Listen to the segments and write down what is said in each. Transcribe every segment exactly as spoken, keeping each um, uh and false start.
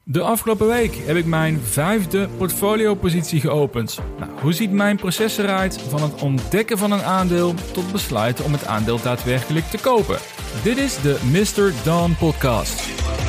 De afgelopen week heb ik mijn vijfde portfoliopositie geopend. Nou, hoe ziet mijn proces eruit van het ontdekken van een aandeel tot besluiten om het aandeel daadwerkelijk te kopen? Dit is de mister Don Podcast.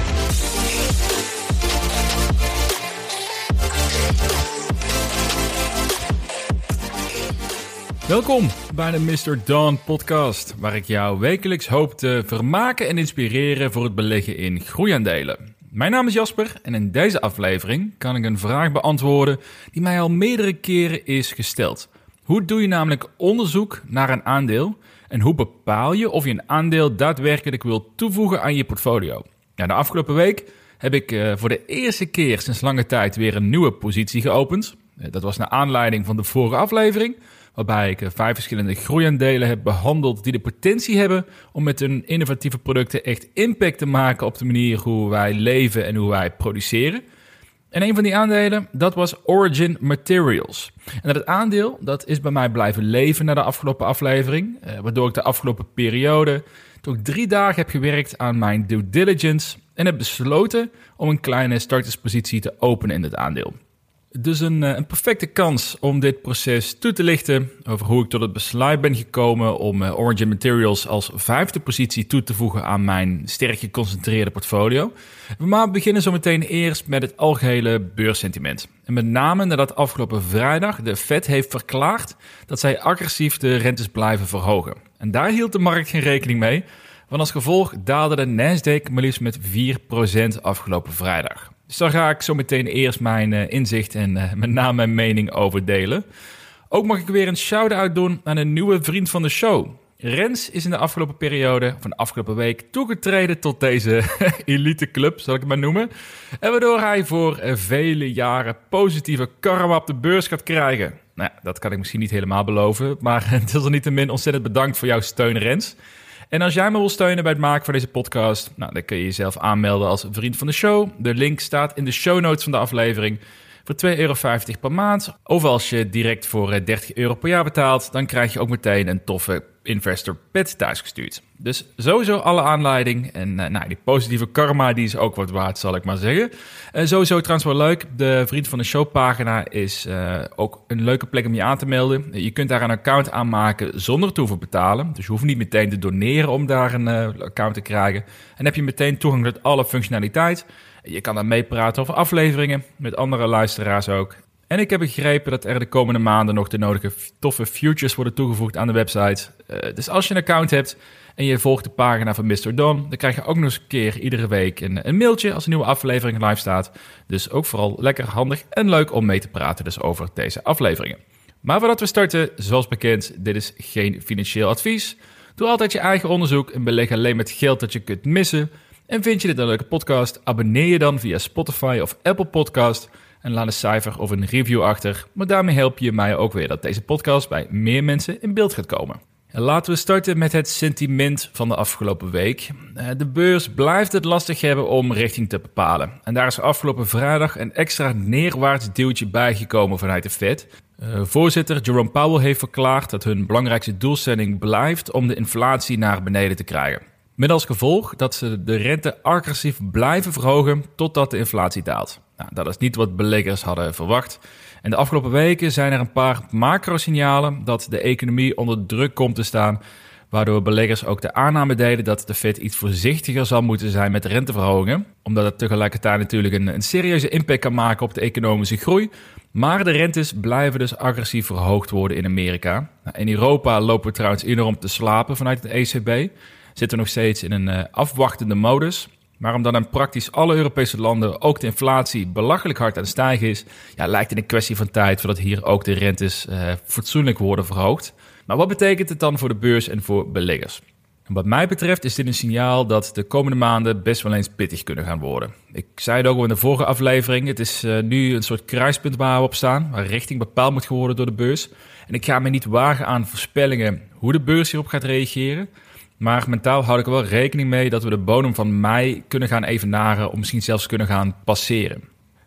Welkom bij de mister Don Podcast, waar ik jou wekelijks hoop te vermaken en inspireren voor het beleggen in groeiaandelen. Mijn naam is Jasper en in deze aflevering kan ik een vraag beantwoorden die mij al meerdere keren is gesteld. Hoe doe je namelijk onderzoek naar een aandeel en hoe bepaal je of je een aandeel daadwerkelijk wilt toevoegen aan je portfolio? Ja, de afgelopen week heb ik uh, voor de eerste keer sinds lange tijd weer een nieuwe positie geopend. Uh, dat was naar aanleiding van de vorige aflevering, waarbij ik uh, vijf verschillende groeiaandelen heb behandeld die de potentie hebben om met hun innovatieve producten echt impact te maken op de manier hoe wij leven en hoe wij produceren. En een van die aandelen, dat was Origin Materials. En dat aandeel, dat is bij mij blijven leven na de afgelopen aflevering, uh, waardoor ik de afgelopen periode toch drie dagen heb gewerkt aan mijn due diligence en heb besloten om een kleine starterspositie te openen in dit aandeel. Dus een, een perfecte kans om dit proces toe te lichten over hoe ik tot het besluit ben gekomen om uh, Origin Materials als vijfde positie toe te voegen aan mijn sterk geconcentreerde portfolio. Maar we beginnen zo meteen eerst met het algehele beurssentiment. En met name nadat afgelopen vrijdag de Fed heeft verklaard dat zij agressief de rentes blijven verhogen. En daar hield de markt geen rekening mee, want als gevolg daalde de Nasdaq maar liefst met vier procent afgelopen vrijdag. Dus daar ga ik zo meteen eerst mijn uh, inzicht en uh, met name mijn mening over delen. Ook mag ik weer een shout-out doen aan een nieuwe vriend van de show. Rens is in de afgelopen periode, of de afgelopen week, toegetreden tot deze elite club, zal ik het maar noemen. En waardoor hij voor uh, vele jaren positieve karma op de beurs gaat krijgen. Nou ja, dat kan ik misschien niet helemaal beloven, maar desalniettemin ontzettend bedankt voor jouw steun, Rens. En als jij me wil steunen bij het maken van deze podcast, nou, dan kun je jezelf aanmelden als vriend van de show. De link staat in de show notes van de aflevering voor twee euro vijftig per maand. Of als je direct voor dertig euro per jaar betaalt, dan krijg je ook meteen een toffe investor pet thuisgestuurd. Dus sowieso alle aanleiding en uh, nou, die positieve karma die is ook wat waard, zal ik maar zeggen. Uh, sowieso trouwens wel leuk, de vriend van de show pagina is uh, ook een leuke plek om je aan te melden. Je kunt daar een account aanmaken zonder te hoeven betalen. Dus je hoeft niet meteen te doneren om daar een uh, account te krijgen. En heb je meteen toegang tot alle functionaliteit. Je kan dan meepraten over afleveringen, met andere luisteraars ook. En ik heb begrepen dat er de komende maanden nog de nodige toffe features worden toegevoegd aan de website. Uh, dus als je een account hebt en je volgt de pagina van mister Don, dan krijg je ook nog eens een keer iedere week een, een mailtje als een nieuwe aflevering live staat. Dus ook vooral lekker handig en leuk om mee te praten dus over deze afleveringen. Maar voordat we starten, zoals bekend, dit is geen financieel advies. Doe altijd je eigen onderzoek en beleg alleen met geld dat je kunt missen. En vind je dit een leuke podcast, abonneer je dan via Spotify of Apple Podcast en laat een cijfer of een review achter. Maar daarmee help je mij ook weer dat deze podcast bij meer mensen in beeld gaat komen. En laten we starten met het sentiment van de afgelopen week. De beurs blijft het lastig hebben om richting te bepalen. En daar is afgelopen vrijdag een extra neerwaarts duwtje bijgekomen vanuit de Fed. Uh, voorzitter Jerome Powell heeft verklaard dat hun belangrijkste doelstelling blijft om de inflatie naar beneden te krijgen. Met als gevolg dat ze de rente agressief blijven verhogen totdat de inflatie daalt. Nou, dat is niet wat beleggers hadden verwacht. En de afgelopen weken zijn er een paar macro-signalen dat de economie onder druk komt te staan, waardoor beleggers ook de aanname deden dat de Fed iets voorzichtiger zal moeten zijn met renteverhogingen, omdat het tegelijkertijd natuurlijk een, een serieuze impact kan maken op de economische groei. Maar de rentes blijven dus agressief verhoogd worden in Amerika. Nou, in Europa lopen we trouwens enorm te slapen vanuit het E C B. Zitten we nog steeds in een uh, afwachtende modus. Maar omdat in praktisch alle Europese landen ook de inflatie belachelijk hard aan het stijgen is, ja, lijkt het een kwestie van tijd voordat hier ook de rentes uh, fatsoenlijk worden verhoogd. Maar wat betekent het dan voor de beurs en voor beleggers? En wat mij betreft is dit een signaal dat de komende maanden best wel eens pittig kunnen gaan worden. Ik zei het ook al in de vorige aflevering, het is uh, nu een soort kruispunt waar we op staan, waar richting bepaald moet worden door de beurs. En ik ga me niet wagen aan voorspellingen hoe de beurs hierop gaat reageren. Maar mentaal houd ik er wel rekening mee dat we de bodem van mei kunnen gaan evenaren of misschien zelfs kunnen gaan passeren.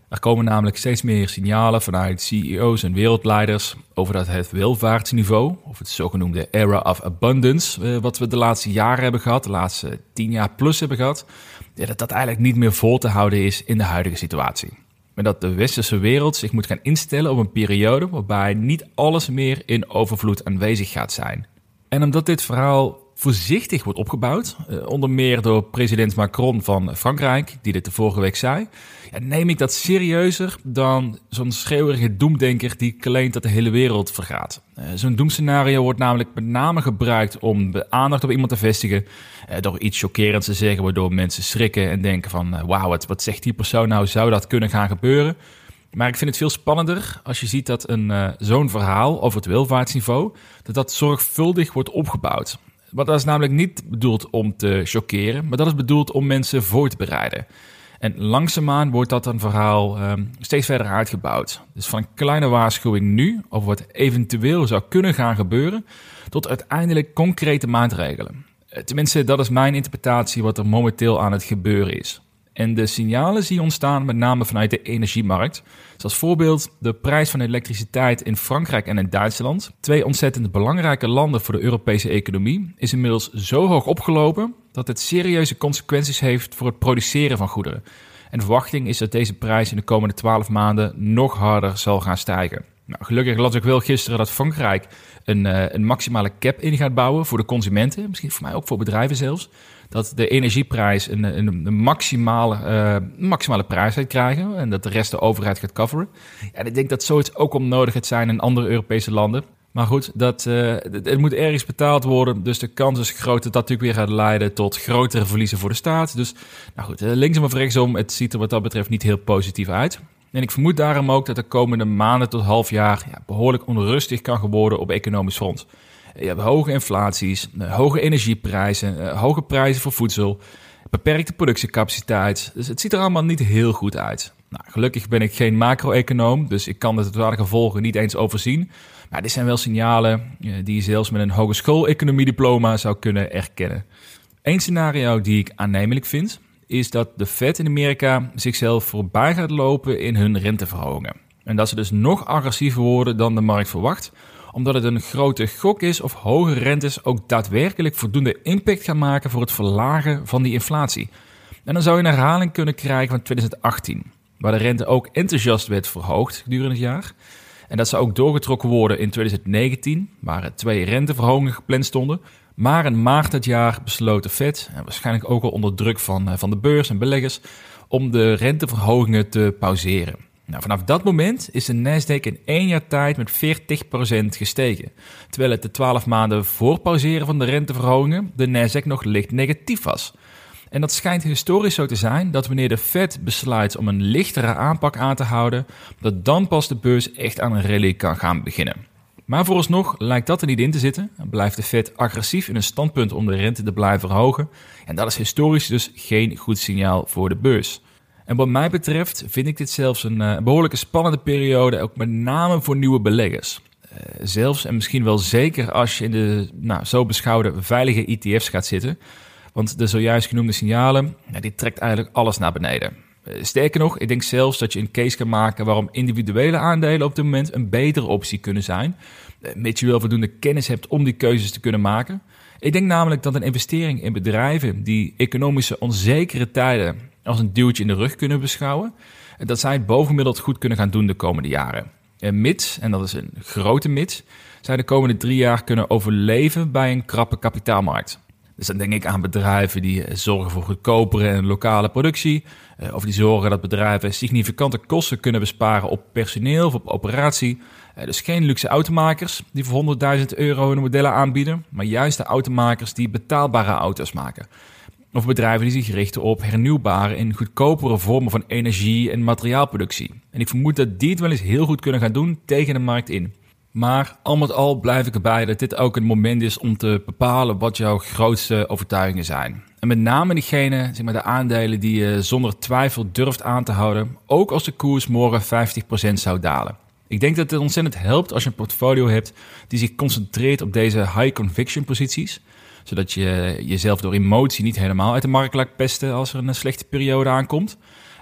Er komen namelijk steeds meer signalen vanuit C E O's en wereldleiders over dat het welvaartsniveau, of het zogenoemde era of abundance, wat we de laatste jaren hebben gehad, de laatste tien jaar plus hebben gehad, ja, dat dat eigenlijk niet meer vol te houden is in de huidige situatie. En dat de westerse wereld zich moet gaan instellen op een periode waarbij niet alles meer in overvloed aanwezig gaat zijn. En omdat dit verhaal voorzichtig wordt opgebouwd, onder meer door president Macron van Frankrijk, die dit de vorige week zei, ja, neem ik dat serieuzer dan zo'n schreeuwerige doemdenker die claimt dat de hele wereld vergaat. Uh, zo'n doemscenario wordt namelijk met name gebruikt om de aandacht op iemand te vestigen, uh, door iets chockerends te zeggen, waardoor mensen schrikken en denken van, uh, wauw, wat, wat zegt die persoon nou, zou dat kunnen gaan gebeuren? Maar ik vind het veel spannender als je ziet dat een, uh, zo'n verhaal over het welvaartsniveau, dat dat zorgvuldig wordt opgebouwd. Want dat is namelijk niet bedoeld om te chockeren, maar dat is bedoeld om mensen voor te bereiden. En langzaamaan wordt dat een verhaal um, steeds verder uitgebouwd. Dus van een kleine waarschuwing nu over wat eventueel zou kunnen gaan gebeuren, tot uiteindelijk concrete maatregelen. Tenminste, dat is mijn interpretatie wat er momenteel aan het gebeuren is. En de signalen zie je ontstaan met name vanuit de energiemarkt. Zoals voorbeeld de prijs van elektriciteit in Frankrijk en in Duitsland, twee ontzettend belangrijke landen voor de Europese economie, is inmiddels zo hoog opgelopen dat het serieuze consequenties heeft voor het produceren van goederen. En de verwachting is dat deze prijs in de komende twaalf maanden nog harder zal gaan stijgen. Nou, gelukkig las ik wel gisteren dat Frankrijk een, uh, een maximale cap in gaat bouwen voor de consumenten, misschien voor mij ook voor bedrijven zelfs. Dat de energieprijs een, een, een maximale, uh, maximale prijs gaat krijgen en dat de rest de overheid gaat coveren. Ja, ik denk dat zoiets ook onnodig gaat zijn in andere Europese landen. Maar goed, dat, uh, het moet ergens betaald worden, dus de kans is groot dat dat natuurlijk weer gaat leiden tot grotere verliezen voor de staat. Dus nou goed, linksom of rechtsom, het ziet er wat dat betreft niet heel positief uit. En ik vermoed daarom ook dat de komende maanden tot half jaar ja, behoorlijk onrustig kan worden op economisch front. Je hebt hoge inflaties, hoge energieprijzen, hoge prijzen voor voedsel, beperkte productiecapaciteit. Dus het ziet er allemaal niet heel goed uit. Nou, gelukkig ben ik geen macro-econoom, dus ik kan de totale gevolgen niet eens overzien. Maar dit zijn wel signalen die je zelfs met een hogeschool-economiediploma zou kunnen erkennen. Eén scenario die ik aannemelijk vind, is dat de Fed in Amerika zichzelf voorbij gaat lopen in hun renteverhogingen. En dat ze dus nog agressiever worden dan de markt verwacht, omdat het een grote gok is of hoge rentes ook daadwerkelijk voldoende impact gaan maken voor het verlagen van die inflatie. En dan zou je een herhaling kunnen krijgen van twintig achttien, waar de rente ook enthousiast werd verhoogd gedurende het jaar. En dat zou ook doorgetrokken worden in twintig negentien, waar er twee renteverhogingen gepland stonden. Maar in maart dat jaar besloot de Fed, en waarschijnlijk ook al onder druk van, van de beurs en beleggers, om de renteverhogingen te pauzeren. Nou, vanaf dat moment is de Nasdaq in één jaar tijd met veertig procent gestegen. Terwijl het de twaalf maanden voor pauzeren van de renteverhogingen de Nasdaq nog licht negatief was. En dat schijnt historisch zo te zijn dat wanneer de Fed besluit om een lichtere aanpak aan te houden, dat dan pas de beurs echt aan een rally kan gaan beginnen. Maar vooralsnog lijkt dat er niet in te zitten. Dan blijft de Fed agressief in een standpunt om de rente te blijven verhogen. En dat is historisch dus geen goed signaal voor de beurs. En wat mij betreft vind ik dit zelfs een uh, behoorlijke spannende periode, ook met name voor nieuwe beleggers. Uh, zelfs en misschien wel zeker als je in de nou, zo beschouwde veilige E T F's gaat zitten. Want de zojuist genoemde signalen, ja, die trekt eigenlijk alles naar beneden. Uh, sterker nog, ik denk zelfs dat je een case kan maken waarom individuele aandelen op dit moment een betere optie kunnen zijn. Uh, mits je wel voldoende kennis hebt om die keuzes te kunnen maken. Ik denk namelijk dat een investering in bedrijven die economische onzekere tijden als een duwtje in de rug kunnen beschouwen, dat zij het bovengemiddeld goed kunnen gaan doen de komende jaren. En mits, en dat is een grote mits, zij de komende drie jaar kunnen overleven bij een krappe kapitaalmarkt. Dus dan denk ik aan bedrijven die zorgen voor goedkopere en lokale productie, of die zorgen dat bedrijven significante kosten kunnen besparen op personeel of op operatie. Dus geen luxe automakers die voor honderdduizend euro hun modellen aanbieden, maar juist de automakers die betaalbare auto's maken. Of bedrijven die zich richten op hernieuwbare en goedkopere vormen van energie en materiaalproductie. En ik vermoed dat die het wel eens heel goed kunnen gaan doen tegen de markt in. Maar al met al blijf ik erbij dat dit ook een moment is om te bepalen wat jouw grootste overtuigingen zijn. En met name diegene, zeg maar de aandelen die je zonder twijfel durft aan te houden, ook als de koers morgen vijftig procent zou dalen. Ik denk dat het ontzettend helpt als je een portfolio hebt die zich concentreert op deze high conviction posities, zodat je jezelf door emotie niet helemaal uit de markt laat pesten als er een slechte periode aankomt.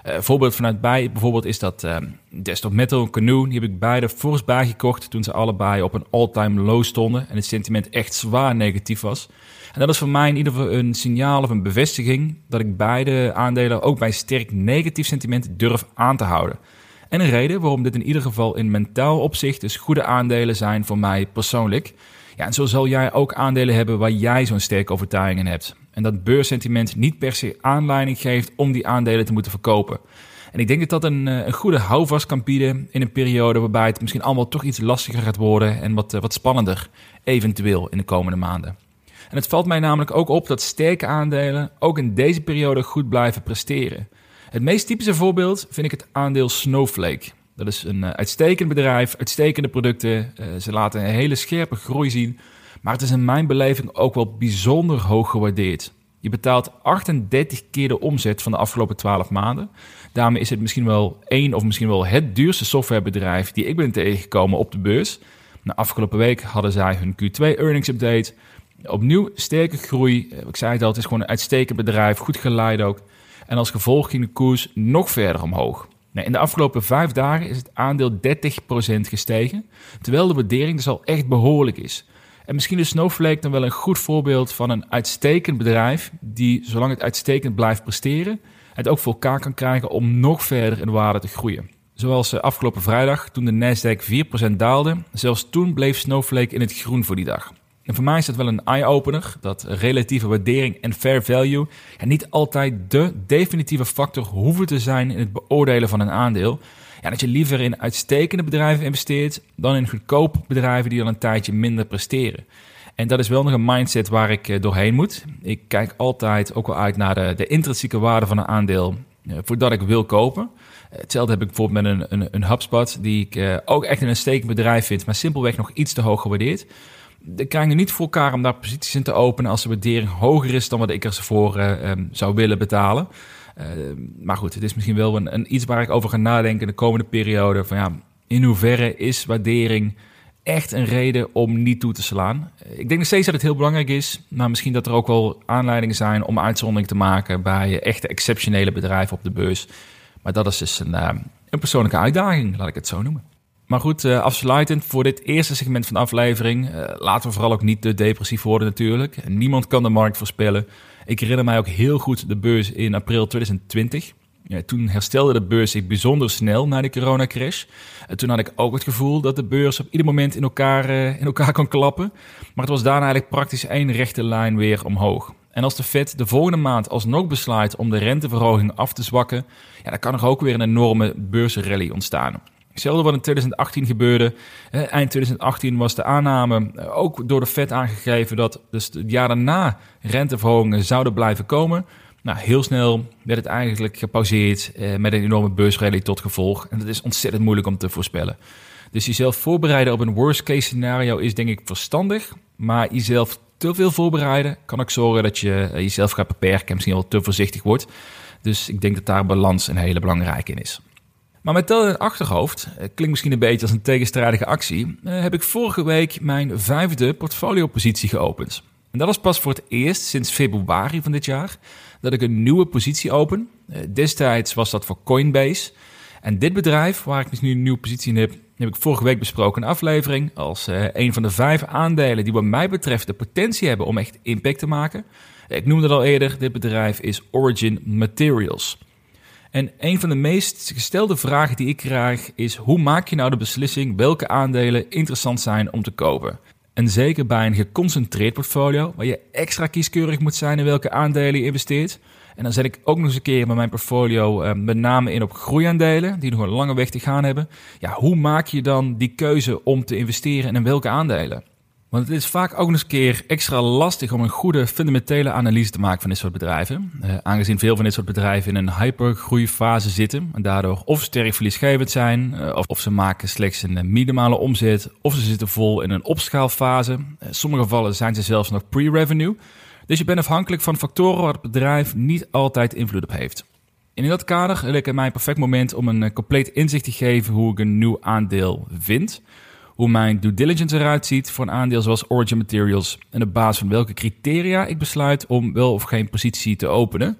Een uh, voorbeeld vanuit bij bijvoorbeeld is dat uh, Desktop Metal en Canoe. Die heb ik beide fors bijgekocht toen ze allebei op een all-time low stonden en het sentiment echt zwaar negatief was. En dat is voor mij in ieder geval een signaal of een bevestiging dat ik beide aandelen ook bij sterk negatief sentiment durf aan te houden. En een reden waarom dit in ieder geval in mentaal opzicht dus goede aandelen zijn voor mij persoonlijk. Ja, en zo zal jij ook aandelen hebben waar jij zo'n sterke overtuiging in hebt. En dat beurssentiment niet per se aanleiding geeft om die aandelen te moeten verkopen. En ik denk dat dat een, een goede houvast kan bieden in een periode waarbij het misschien allemaal toch iets lastiger gaat worden en wat, wat spannender, eventueel in de komende maanden. En het valt mij namelijk ook op dat sterke aandelen ook in deze periode goed blijven presteren. Het meest typische voorbeeld vind ik het aandeel Snowflake. Dat is een uitstekend bedrijf, uitstekende producten. Uh, ze laten een hele scherpe groei zien. Maar het is in mijn beleving ook wel bijzonder hoog gewaardeerd. Je betaalt achtendertig keer de omzet van de afgelopen twaalf maanden. Daarmee is het misschien wel één of misschien wel het duurste softwarebedrijf die ik ben tegengekomen op de beurs. De afgelopen week hadden zij hun Q twee earnings update. Opnieuw sterke groei. Ik zei het al, het is gewoon een uitstekend bedrijf, goed geleid ook. En als gevolg ging de koers nog verder omhoog. In de afgelopen vijf dagen is het aandeel dertig procent gestegen, terwijl de waardering dus al echt behoorlijk is. En misschien is Snowflake dan wel een goed voorbeeld van een uitstekend bedrijf die, zolang het uitstekend blijft presteren, het ook voor elkaar kan krijgen om nog verder in waarde te groeien. Zoals afgelopen vrijdag, toen de Nasdaq vier procent daalde, zelfs toen bleef Snowflake in het groen voor die dag. En voor mij is dat wel een eye-opener, dat relatieve waardering en fair value ja, niet altijd de definitieve factor hoeven te zijn in het beoordelen van een aandeel. Ja, dat je liever in uitstekende bedrijven investeert dan in goedkope bedrijven die al een tijdje minder presteren. En dat is wel nog een mindset waar ik doorheen moet. Ik kijk altijd ook wel uit naar de, de intrinsieke waarde van een aandeel uh, voordat ik wil kopen. Hetzelfde heb ik bijvoorbeeld met een, een, een HubSpot die ik uh, ook echt een uitstekend bedrijf vind, maar simpelweg nog iets te hoog gewaardeerd. Ik krijg nu niet voor elkaar om daar posities in te openen als de waardering hoger is dan wat ik ervoor uh, um, zou willen betalen. Uh, maar goed, het is misschien wel een, een iets waar ik over ga nadenken in de komende periode. Van ja, in hoeverre is waardering echt een reden om niet toe te slaan? Ik denk nog steeds dat het heel belangrijk is, maar misschien dat er ook wel aanleidingen zijn om uitzondering te maken bij echte exceptionele bedrijven op de beurs. Maar dat is dus een, uh, een persoonlijke uitdaging, laat ik het zo noemen. Maar goed, uh, afsluitend voor dit eerste segment van de aflevering. Uh, laten we vooral ook niet te depressief worden natuurlijk. Niemand kan de markt voorspellen. Ik herinner mij ook heel goed de beurs in april twintig twintig. Ja, toen herstelde de beurs zich bijzonder snel na de coronacrash. Uh, toen had ik ook het gevoel dat de beurs op ieder moment in elkaar, uh, in elkaar kon klappen. Maar het was daarna eigenlijk praktisch één rechte lijn weer omhoog. En als de Fed de volgende maand alsnog besluit om de renteverhoging af te zwakken, ja, dan kan er ook weer een enorme beursrally ontstaan. Hetzelfde wat in twintig achttien gebeurde. Eind twintig achttien was de aanname ook door de Fed aangegeven dat dus het jaar daarna renteverhogingen zouden blijven komen. Nou, heel snel werd het eigenlijk gepauzeerd met een enorme beursrally tot gevolg. En dat is ontzettend moeilijk om te voorspellen. Dus jezelf voorbereiden op een worst case scenario is denk ik verstandig. Maar jezelf te veel voorbereiden kan ook zorgen dat je jezelf gaat beperken en misschien wel te voorzichtig wordt. Dus ik denk dat daar balans een hele belangrijke in is. Maar met dat in het achterhoofd, klinkt misschien een beetje als een tegenstrijdige actie, heb ik vorige week mijn vijfde portfoliopositie geopend. En dat is pas voor het eerst sinds februari van dit jaar dat ik een nieuwe positie open. Destijds was dat voor Coinbase. En dit bedrijf, waar ik dus nu een nieuwe positie in heb, heb ik vorige week besproken in een aflevering als uh, een van de vijf aandelen die wat mij betreft de potentie hebben om echt impact te maken. Ik noemde het al eerder, dit bedrijf is Origin Materials. En een van de meest gestelde vragen die ik krijg is: hoe maak je nou de beslissing welke aandelen interessant zijn om te kopen? En zeker bij een geconcentreerd portfolio, waar je extra kieskeurig moet zijn in welke aandelen je investeert. En dan zet ik ook nog eens een keer met mijn portfolio uh, met name in op groeiaandelen, die nog een lange weg te gaan hebben. Ja, hoe maak je dan die keuze om te investeren en in welke aandelen? Want het is vaak ook nog eens een keer extra lastig om een goede fundamentele analyse te maken van dit soort bedrijven. Uh, aangezien veel van dit soort bedrijven in een hypergroeifase zitten en daardoor of sterk verliesgevend zijn, uh, of, of ze maken slechts een minimale omzet, of ze zitten vol in een opschaalfase. In uh, sommige gevallen zijn ze zelfs nog pre-revenue. Dus je bent afhankelijk van factoren waar het bedrijf niet altijd invloed op heeft. En in dat kader leek het mij een perfect moment om een uh, compleet inzicht te geven hoe ik een nieuw aandeel vind, hoe mijn due diligence eruit ziet voor een aandeel zoals Origin Materials en op basis van welke criteria ik besluit om wel of geen positie te openen.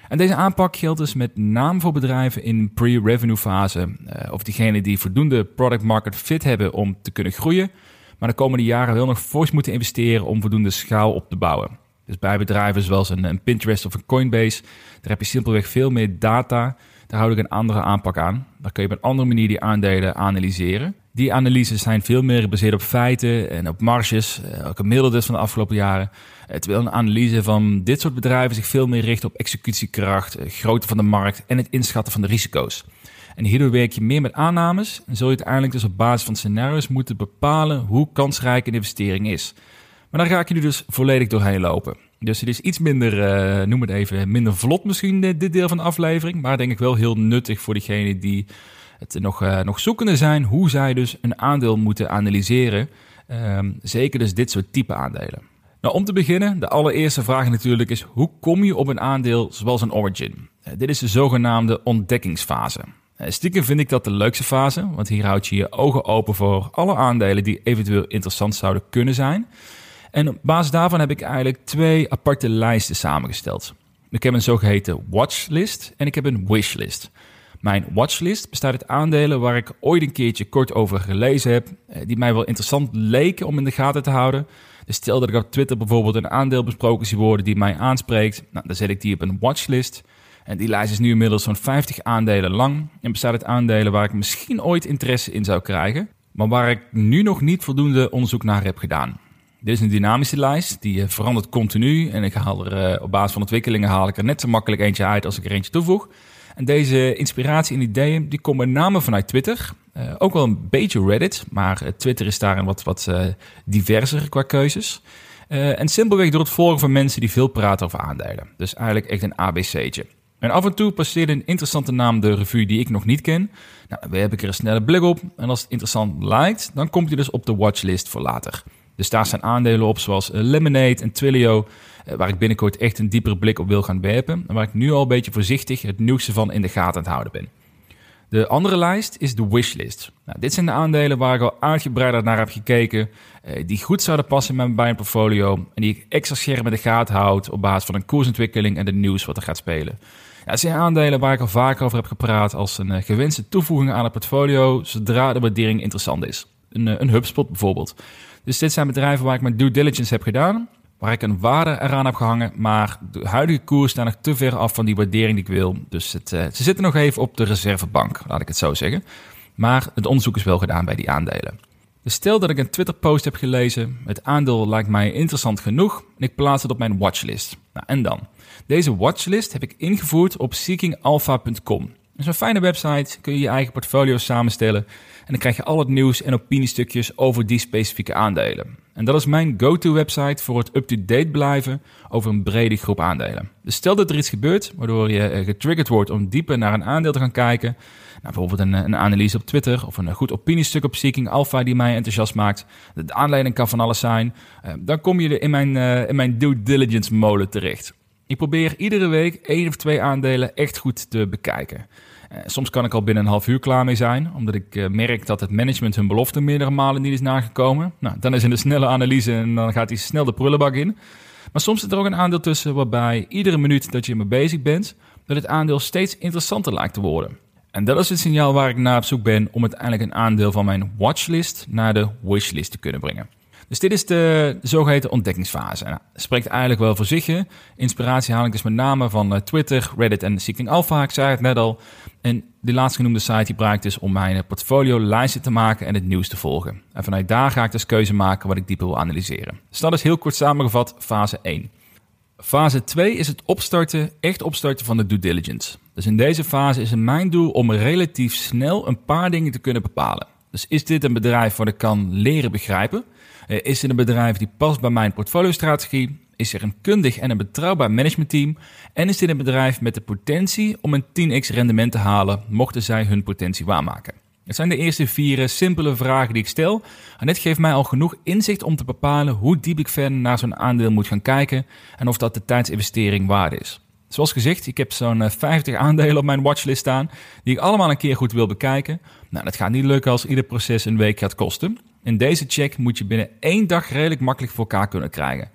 En deze aanpak geldt dus met name voor bedrijven in pre-revenue fase, uh, of diegenen die voldoende product market fit hebben om te kunnen groeien, maar de komende jaren wel nog fors moeten investeren om voldoende schaal op te bouwen. Dus bij bedrijven zoals een, een Pinterest of een Coinbase, daar heb je simpelweg veel meer data. Daar houd ik een andere aanpak aan. Daar kun je op een andere manier die aandelen analyseren. Die analyses zijn veel meer gebaseerd op feiten en op marges, ook gemiddelde van de afgelopen jaren. Terwijl een analyse van dit soort bedrijven zich veel meer richt op executiekracht, grootte van de markt en het inschatten van de risico's. En hierdoor werk je meer met aannames en zul je uiteindelijk dus op basis van scenario's moeten bepalen hoe kansrijk een investering is. Maar daar ga ik je nu dus volledig doorheen lopen. Dus het is iets minder, uh, noem het even, minder vlot misschien dit deel van de aflevering. Maar denk ik wel heel nuttig voor diegenen die het nog, uh, nog zoekende zijn. Hoe zij dus een aandeel moeten analyseren. Um, zeker dus dit soort type aandelen. Nou, om te beginnen, de allereerste vraag natuurlijk is: hoe kom je op een aandeel zoals een Origin? Uh, dit is de zogenaamde ontdekkingsfase. Uh, stiekem vind ik dat de leukste fase, want hier houd je je ogen open voor alle aandelen die eventueel interessant zouden kunnen zijn. En op basis daarvan heb ik eigenlijk twee aparte lijsten samengesteld. Ik heb een zogeheten watchlist en ik heb een wishlist. Mijn watchlist bestaat uit aandelen waar ik ooit een keertje kort over gelezen heb, die mij wel interessant leken om in de gaten te houden. Dus stel dat ik op Twitter bijvoorbeeld een aandeel besproken zie worden die mij aanspreekt, nou, dan zet ik die op een watchlist. En die lijst is nu inmiddels zo'n vijftig aandelen lang en bestaat uit aandelen waar ik misschien ooit interesse in zou krijgen, maar waar ik nu nog niet voldoende onderzoek naar heb gedaan. Dit is een dynamische lijst, die uh, verandert continu en ik haal er uh, op basis van ontwikkelingen haal ik er net zo makkelijk eentje uit als ik er eentje toevoeg. En deze inspiratie en ideeën die komen met name vanuit Twitter, uh, ook wel een beetje Reddit, maar uh, Twitter is daarin wat, wat uh, diverser qua keuzes. Uh, en simpelweg door het volgen van mensen die veel praten over aandelen. Dus eigenlijk echt een A B C'tje. En af en toe passeert een interessante naam de revue die ik nog niet ken. Nou, daar heb ik er een snelle blik op en als het interessant lijkt, dan komt hij dus op de watchlist voor later. Dus daar staan aandelen op zoals Lemonade en Twilio, waar ik binnenkort echt een diepere blik op wil gaan werpen. En waar ik nu al een beetje voorzichtig het nieuwste van in de gaten aan het houden ben. De andere lijst is de wishlist. Nou, dit zijn de aandelen waar ik al uitgebreider naar heb gekeken, die goed zouden passen bij mijn portfolio en die ik extra scherp in de gaten houd op basis van een koersontwikkeling en de nieuws wat er gaat spelen. Ja, het zijn aandelen waar ik al vaak over heb gepraat als een gewenste toevoeging aan het portfolio zodra de waardering interessant is. Een, een HubSpot bijvoorbeeld. Dus dit zijn bedrijven waar ik mijn due diligence heb gedaan, waar ik een waarde eraan heb gehangen, maar de huidige koers staat nog te ver af van die waardering die ik wil. Dus het, uh, ze zitten nog even op de reservebank, laat ik het zo zeggen. Maar het onderzoek is wel gedaan bij die aandelen. Dus stel dat ik een Twitter-post heb gelezen, het aandeel lijkt mij interessant genoeg en ik plaats het op mijn watchlist. Nou, en dan? Deze watchlist heb ik ingevoerd op seeking alpha punt com. Dat is een fijne website, kun je je eigen portfolio samenstellen en dan krijg je al het nieuws en opiniestukjes over die specifieke aandelen. En dat is mijn go-to website voor het up-to-date blijven over een brede groep aandelen. Dus stel dat er iets gebeurt waardoor je getriggerd wordt om dieper naar een aandeel te gaan kijken, nou, bijvoorbeeld een, een analyse op Twitter of een goed opiniestuk op Seeking Alpha die mij enthousiast maakt. De aanleiding kan van alles zijn. Dan kom je in mijn, uh, in mijn due diligence molen terecht. Ik probeer iedere week één of twee aandelen echt goed te bekijken. Uh, soms kan ik al binnen een half uur klaar mee zijn, omdat ik uh, merk dat het management hun belofte meerdere malen niet is nagekomen. Nou, dan is er een snelle analyse en dan gaat hij snel de prullenbak in. Maar soms zit er ook een aandeel tussen waarbij iedere minuut dat je ermee bezig bent, dat het aandeel steeds interessanter lijkt te worden. En dat is het signaal waar ik naar op zoek ben om uiteindelijk een aandeel van mijn watchlist naar de wishlist te kunnen brengen. Dus dit is de zogeheten ontdekkingsfase. Nou, dat spreekt eigenlijk wel voor zich. Hè. Inspiratie haal ik dus met name van uh, Twitter, Reddit en Seeking Alpha. Ik zei het net al. En die laatst genoemde site die gebruik ik dus om mijn portfolio lijsten te maken en het nieuws te volgen. En vanuit daar ga ik dus keuze maken wat ik dieper wil analyseren. Dus dat is heel kort samengevat fase één. Fase twee is het opstarten, echt opstarten van de due diligence. Dus in deze fase is het mijn doel om relatief snel een paar dingen te kunnen bepalen. Dus is dit een bedrijf wat ik kan leren begrijpen? Is dit een bedrijf die past bij mijn portfoliostrategie? Is er een kundig en een betrouwbaar managementteam? En is dit een bedrijf met de potentie om een tien x rendement te halen, mochten zij hun potentie waarmaken? Het zijn de eerste vier simpele vragen die ik stel. En dit geeft mij al genoeg inzicht om te bepalen hoe diep ik verder naar zo'n aandeel moet gaan kijken en of dat de tijdsinvestering waard is. Zoals gezegd, ik heb zo'n vijftig aandelen op mijn watchlist staan die ik allemaal een keer goed wil bekijken. Nou, dat gaat niet lukken als ieder proces een week gaat kosten. In deze check moet je binnen één dag redelijk makkelijk voor elkaar kunnen krijgen.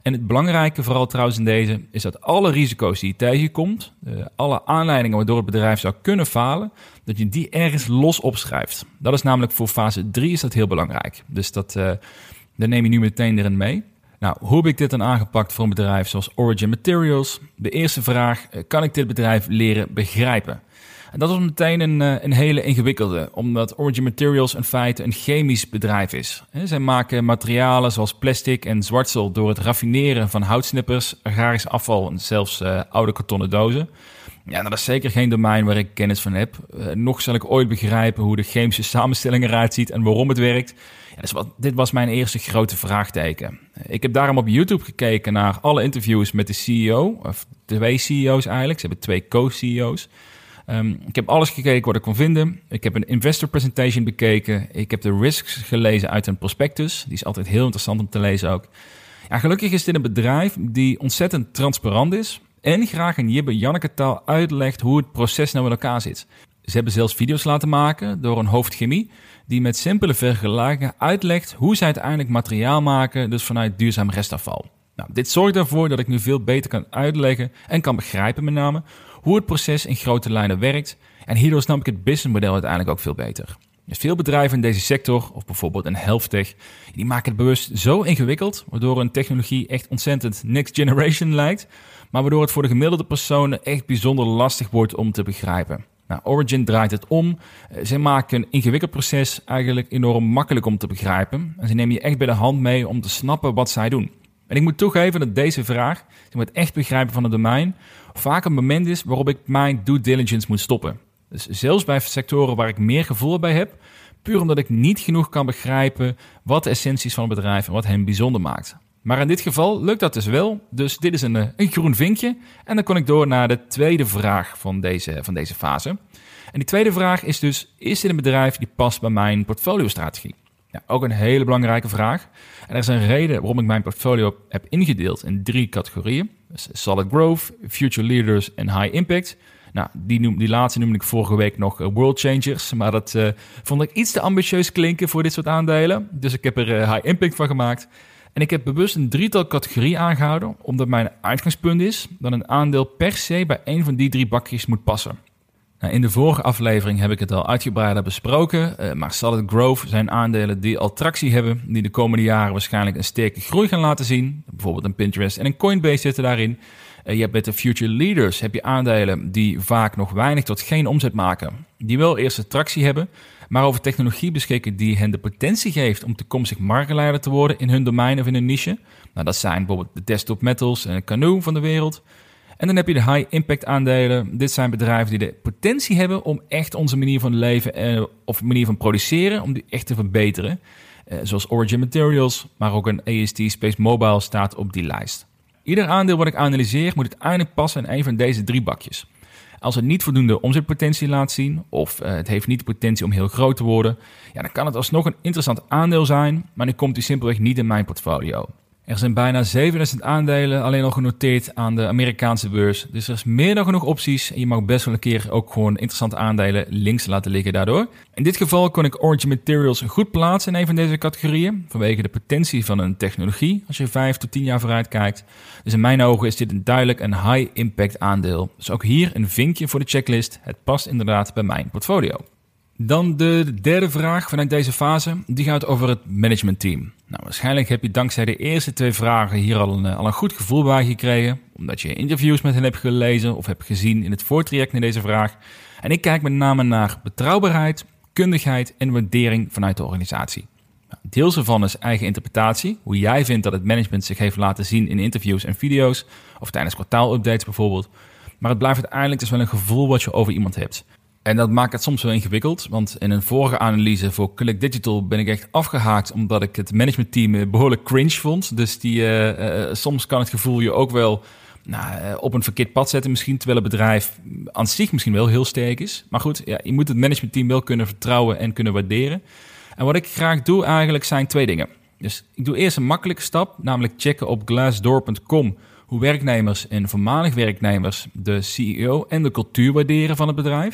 En het belangrijke, vooral trouwens in deze, is dat alle risico's die je tegenkomt, uh, alle aanleidingen waardoor het bedrijf zou kunnen falen, dat je die ergens los opschrijft. Dat is namelijk voor fase drie is dat heel belangrijk. Dus dat, uh, dat neem je nu meteen erin mee. Nou, hoe heb ik dit dan aangepakt voor een bedrijf zoals Origin Materials? De eerste vraag, kan ik dit bedrijf leren begrijpen? En dat was meteen een, een hele ingewikkelde, omdat Origin Materials in feite een chemisch bedrijf is. Zij maken materialen zoals plastic en zwartsel door het raffineren van houtsnippers, agrarisch afval en zelfs uh, oude kartonnen dozen. Ja, dat is zeker geen domein waar ik kennis van heb. Uh, nog zal ik ooit begrijpen hoe de chemische samenstelling eruit ziet en waarom het werkt. Ja, dus wat, dit was mijn eerste grote vraagteken. Ik heb daarom op YouTube gekeken naar alle interviews met de C E O, of twee C E O's eigenlijk. Ze hebben twee co-C E O's. Um, ik heb alles gekeken wat ik kon vinden. Ik heb een investor presentation bekeken. Ik heb de risks gelezen uit een prospectus. Die is altijd heel interessant om te lezen ook. Ja, gelukkig is dit een bedrijf die ontzettend transparant is en graag in Jibbe-Janneke taal uitlegt hoe het proces nou in elkaar zit. Ze hebben zelfs video's laten maken door een hoofdchemie die met simpele vergelijken uitlegt hoe zij uiteindelijk materiaal maken, dus vanuit duurzaam restafval. Nou, dit zorgt ervoor dat ik nu veel beter kan uitleggen en kan begrijpen met name hoe het proces in grote lijnen werkt. En hierdoor snap ik het businessmodel uiteindelijk ook veel beter. Dus veel bedrijven in deze sector, of bijvoorbeeld een HealthTech, die maken het bewust zo ingewikkeld, waardoor een technologie echt ontzettend next generation lijkt, maar waardoor het voor de gemiddelde personen echt bijzonder lastig wordt om te begrijpen. Nou, Origin draait het om. Zij maken een ingewikkeld proces eigenlijk enorm makkelijk om te begrijpen. En ze nemen je echt bij de hand mee om te snappen wat zij doen. En ik moet toegeven dat deze vraag, het echt begrijpen van het domein, vaak een moment is waarop ik mijn due diligence moet stoppen. Dus zelfs bij sectoren waar ik meer gevoel bij heb, puur omdat ik niet genoeg kan begrijpen wat de essentie is van het bedrijf en wat hem bijzonder maakt. Maar in dit geval lukt dat dus wel, dus dit is een, een groen vinkje. En dan kon ik door naar de tweede vraag van deze, van deze fase. En die tweede vraag is dus, is dit een bedrijf die past bij mijn portfoliostrategie? Ja, ook een hele belangrijke vraag. En er is een reden waarom ik mijn portfolio heb ingedeeld in drie categorieën. Dus solid growth, future leaders en high impact. Nou, die, noem, die laatste noemde ik vorige week nog uh, world changers. Maar dat uh, vond ik iets te ambitieus klinken voor dit soort aandelen. Dus ik heb er uh, high impact van gemaakt. En ik heb bewust een drietal categorieën aangehouden, omdat mijn uitgangspunt is dat een aandeel per se bij één van die drie bakjes moet passen. Nou, in de vorige aflevering heb ik het al uitgebreider besproken, uh, maar solid growth zijn aandelen die al tractie hebben, die de komende jaren waarschijnlijk een sterke groei gaan laten zien. Bijvoorbeeld een Pinterest en een Coinbase zitten daarin. Uh, je hebt met de future leaders heb je aandelen die vaak nog weinig tot geen omzet maken, die wel eerste tractie hebben, maar over technologie beschikken die hen de potentie geeft om toekomstig marktleider te worden in hun domein of in hun niche. Nou, dat zijn bijvoorbeeld de Desktop Metals en Canoe van de wereld. En dan heb je de high impact aandelen. Dit zijn bedrijven die de potentie hebben om echt onze manier van leven eh, of manier van produceren, om die echt te verbeteren. Eh, zoals Origin Materials, maar ook een A S T Space Mobile staat op die lijst. Ieder aandeel wat ik analyseer moet uiteindelijk passen in een van deze drie bakjes. Als het niet voldoende omzetpotentie laat zien, of uh, het heeft niet de potentie om heel groot te worden, ja, dan kan het alsnog een interessant aandeel zijn, maar nu komt die simpelweg niet in mijn portfolio. Er zijn bijna zevenduizend aandelen alleen al genoteerd aan de Amerikaanse beurs, dus er is meer dan genoeg opties en je mag best wel een keer ook gewoon interessante aandelen links laten liggen daardoor. In dit geval kon ik Origin Materials goed plaatsen in een van deze categorieën, vanwege de potentie van een technologie, als je vijf tot tien jaar vooruit kijkt. Dus in mijn ogen is dit een duidelijk een high impact aandeel. Dus ook hier een vinkje voor de checklist, het past inderdaad bij mijn portfolio. Dan de derde vraag vanuit deze fase, die gaat over het managementteam. Nou, waarschijnlijk heb je dankzij de eerste twee vragen hier al een, al een goed gevoel bij gekregen, omdat je interviews met hen hebt gelezen of hebt gezien in het voortraject naar deze vraag. En ik kijk met name naar betrouwbaarheid, kundigheid en waardering vanuit de organisatie. Nou, deels ervan is eigen interpretatie, hoe jij vindt dat het management zich heeft laten zien in interviews en video's, of tijdens kwartaalupdates bijvoorbeeld. Maar het blijft uiteindelijk dus wel een gevoel wat je over iemand hebt. En dat maakt het soms wel ingewikkeld, want in een vorige analyse voor Click Digital ben ik echt afgehaakt omdat ik het managementteam behoorlijk cringe vond. Dus die, uh, uh, soms kan het gevoel je ook wel nou, uh, op een verkeerd pad zetten misschien, terwijl het bedrijf aan zich misschien wel heel sterk is. Maar goed, ja, je moet het managementteam wel kunnen vertrouwen en kunnen waarderen. En wat ik graag doe eigenlijk zijn twee dingen. Dus ik doe eerst een makkelijke stap, namelijk checken op glassdoor punt com hoe werknemers en voormalig werknemers de C E O en de cultuur waarderen van het bedrijf.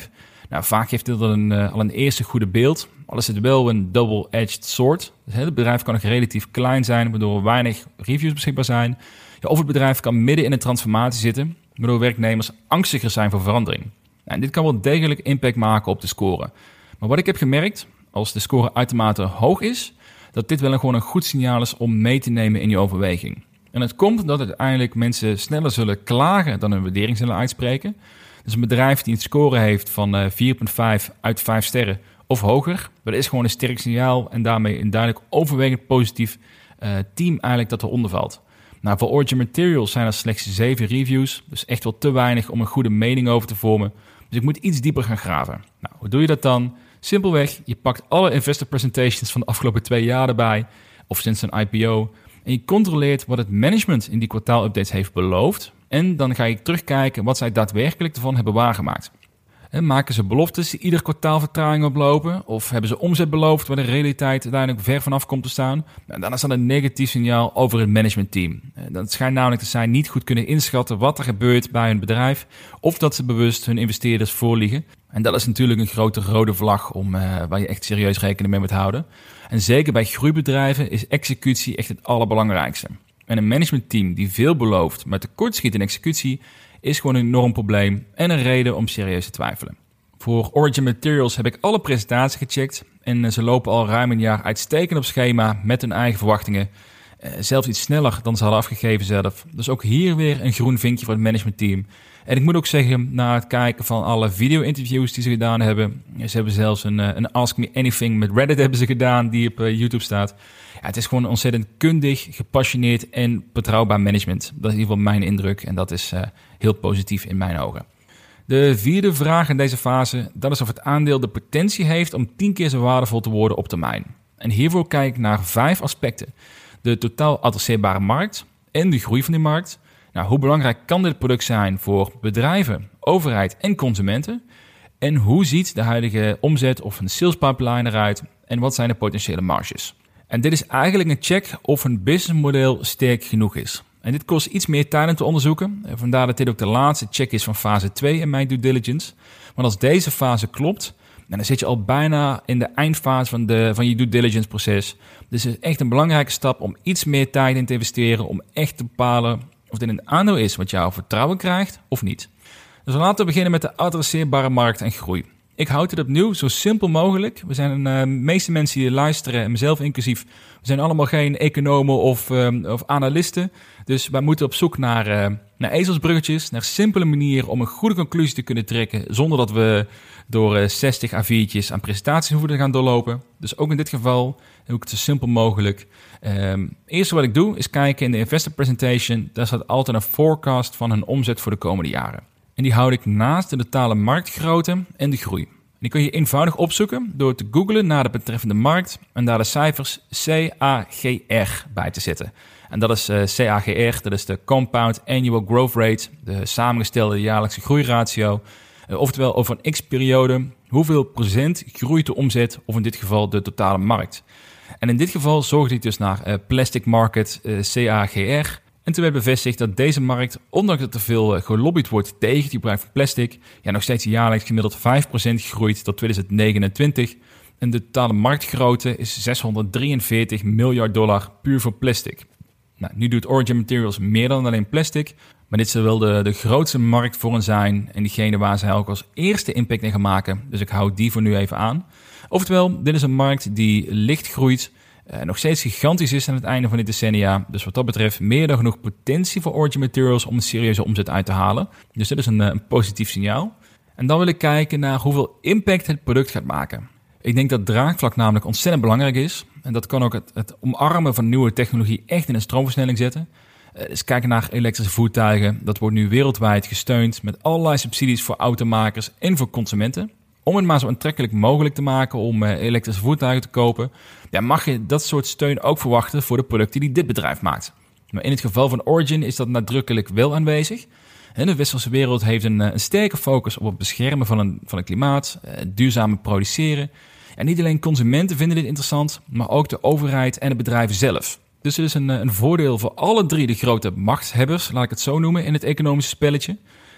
Nou, vaak geeft dit al een, uh, al een eerste goede beeld. Al is het wel een double-edged sword. Dus, hè, het bedrijf kan nog relatief klein zijn, waardoor er weinig reviews beschikbaar zijn. Ja, of het bedrijf kan midden in een transformatie zitten, waardoor werknemers angstiger zijn voor verandering. Nou, en dit kan wel degelijk impact maken op de score. Maar wat ik heb gemerkt, als de score uitermate hoog is, dat dit wel een, gewoon een goed signaal is om mee te nemen in je overweging. En het komt dat uiteindelijk mensen sneller zullen klagen dan hun waardering zullen uitspreken. Dus een bedrijf die een score heeft van uh, vier komma vijf uit vijf sterren of hoger, dat is gewoon een sterk signaal en daarmee een duidelijk overwegend positief uh, team eigenlijk dat eronder valt. Nou, voor Origin Materials zijn er slechts zeven reviews, dus echt wel te weinig om een goede mening over te vormen. Dus ik moet iets dieper gaan graven. Nou, hoe doe je dat dan? Simpelweg, je pakt alle investor presentations van de afgelopen twee jaar erbij, of sinds een I P O, en je controleert wat het management in die kwartaalupdates heeft beloofd. En dan ga je terugkijken wat zij daadwerkelijk ervan hebben waargemaakt. En maken ze beloftes die ieder kwartaal vertraging oplopen? Of hebben ze omzet beloofd waar de realiteit uiteindelijk ver vanaf komt te staan? Nou, dan is dat een negatief signaal over het managementteam. Dat schijnt namelijk dat zij niet goed kunnen inschatten wat er gebeurt bij hun bedrijf. Of dat ze bewust hun investeerders voorliegen. En dat is natuurlijk een grote rode vlag om, uh, waar je echt serieus rekening mee moet houden. En zeker bij groeibedrijven is executie echt het allerbelangrijkste. En een managementteam die veel belooft, maar tekortschiet in executie, is gewoon een enorm probleem en een reden om serieus te twijfelen. Voor Origin Materials heb ik alle presentaties gecheckt en ze lopen al ruim een jaar uitstekend op schema met hun eigen verwachtingen. Uh, zelfs iets sneller dan ze hadden afgegeven zelf. Dus ook hier weer een groen vinkje voor het managementteam. En ik moet ook zeggen, na het kijken van alle video-interviews die ze gedaan hebben, ze hebben zelfs een, een Ask Me Anything met Reddit hebben ze gedaan, die op uh, YouTube staat. Ja, het is gewoon ontzettend kundig, gepassioneerd en betrouwbaar management. Dat is in ieder geval mijn indruk en dat is uh, heel positief in mijn ogen. De vierde vraag in deze fase, dat is of het aandeel de potentie heeft om tien keer zo waardevol te worden op termijn. En hiervoor kijk ik naar vijf aspecten. De totaal adresseerbare markt en de groei van die markt. Nou, hoe belangrijk kan dit product zijn voor bedrijven, overheid en consumenten? En hoe ziet de huidige omzet of een sales pipeline eruit? En wat zijn de potentiële marges? En dit is eigenlijk een check of een businessmodel sterk genoeg is. En dit kost iets meer tijd om te onderzoeken. En vandaar dat dit ook de laatste check is van fase twee in mijn due diligence. Want als deze fase klopt, dan zit je al bijna in de eindfase van, de, van je due diligence proces. Dus het is echt een belangrijke stap om iets meer tijd in te investeren om echt te bepalen of dit een aandeel is wat jou vertrouwen krijgt of niet. Dus laten we beginnen met de adresseerbare markt en groei. Ik houd het opnieuw zo simpel mogelijk. We zijn de uh, meeste mensen die luisteren, en mezelf inclusief, we zijn allemaal geen economen of, uh, of analisten. Dus wij moeten op zoek naar, uh, naar ezelsbruggetjes, naar simpele manieren om een goede conclusie te kunnen trekken, zonder dat we door uh, zestig A viertjes aan presentaties hoeven te gaan doorlopen. Dus ook in dit geval doe ik het zo simpel mogelijk. Um, eerste wat ik doe is kijken in de investor presentation. Daar staat altijd een forecast van hun omzet voor de komende jaren. En die houd ik naast de totale marktgrootte en de groei. Die kun je eenvoudig opzoeken door te googlen naar de betreffende markt en daar de cijfers C A G R bij te zetten. En dat is uh, C A G R, dat is de Compound Annual Growth Rate, de samengestelde jaarlijkse groeiratio. Uh, oftewel over een x-periode, hoeveel procent groeit de omzet of in dit geval de totale markt. En in dit geval zorgde ik dus naar uh, Plastic Market uh, C A G R. En toen werd bevestigd dat deze markt, ondanks dat er veel uh, gelobbyd wordt tegen het gebruik van plastic, ja, nog steeds jaarlijks gemiddeld vijf procent groeit tot twintig negenentwintig. En de totale marktgrootte is zeshonderddrieënveertig miljard dollar puur voor plastic. Nou, nu doet Origin Materials meer dan alleen plastic, maar dit zal wel de, de grootste markt voor hen zijn en diegene waar zij ook als eerste impact in gaan maken. Dus ik hou die voor nu even aan. Oftewel, dit is een markt die licht groeit, uh, nog steeds gigantisch is aan het einde van dit decennia. Dus wat dat betreft meer dan genoeg potentie voor Origin Materials om een serieuze omzet uit te halen. Dus dit is een, een positief signaal. En dan wil ik kijken naar hoeveel impact het product gaat maken. Ik denk dat draagvlak namelijk ontzettend belangrijk is. En dat kan ook het, het omarmen van nieuwe technologie echt in een stroomversnelling zetten. Uh, dus kijken naar elektrische voertuigen. Dat wordt nu wereldwijd gesteund met allerlei subsidies voor automakers en voor consumenten. Om het maar zo aantrekkelijk mogelijk te maken om uh, elektrische voertuigen te kopen, ja, mag je dat soort steun ook verwachten voor de producten die dit bedrijf maakt. Maar in het geval van Origin is dat nadrukkelijk wel aanwezig. En de westerse wereld heeft een, een sterke focus op het beschermen van, een, van het klimaat, uh, duurzamer produceren. En niet alleen consumenten vinden dit interessant, maar ook de overheid en de bedrijven zelf. Dus het is een, een voordeel voor alle drie de grote machthebbers, laat ik het zo noemen, in het economische spelletje.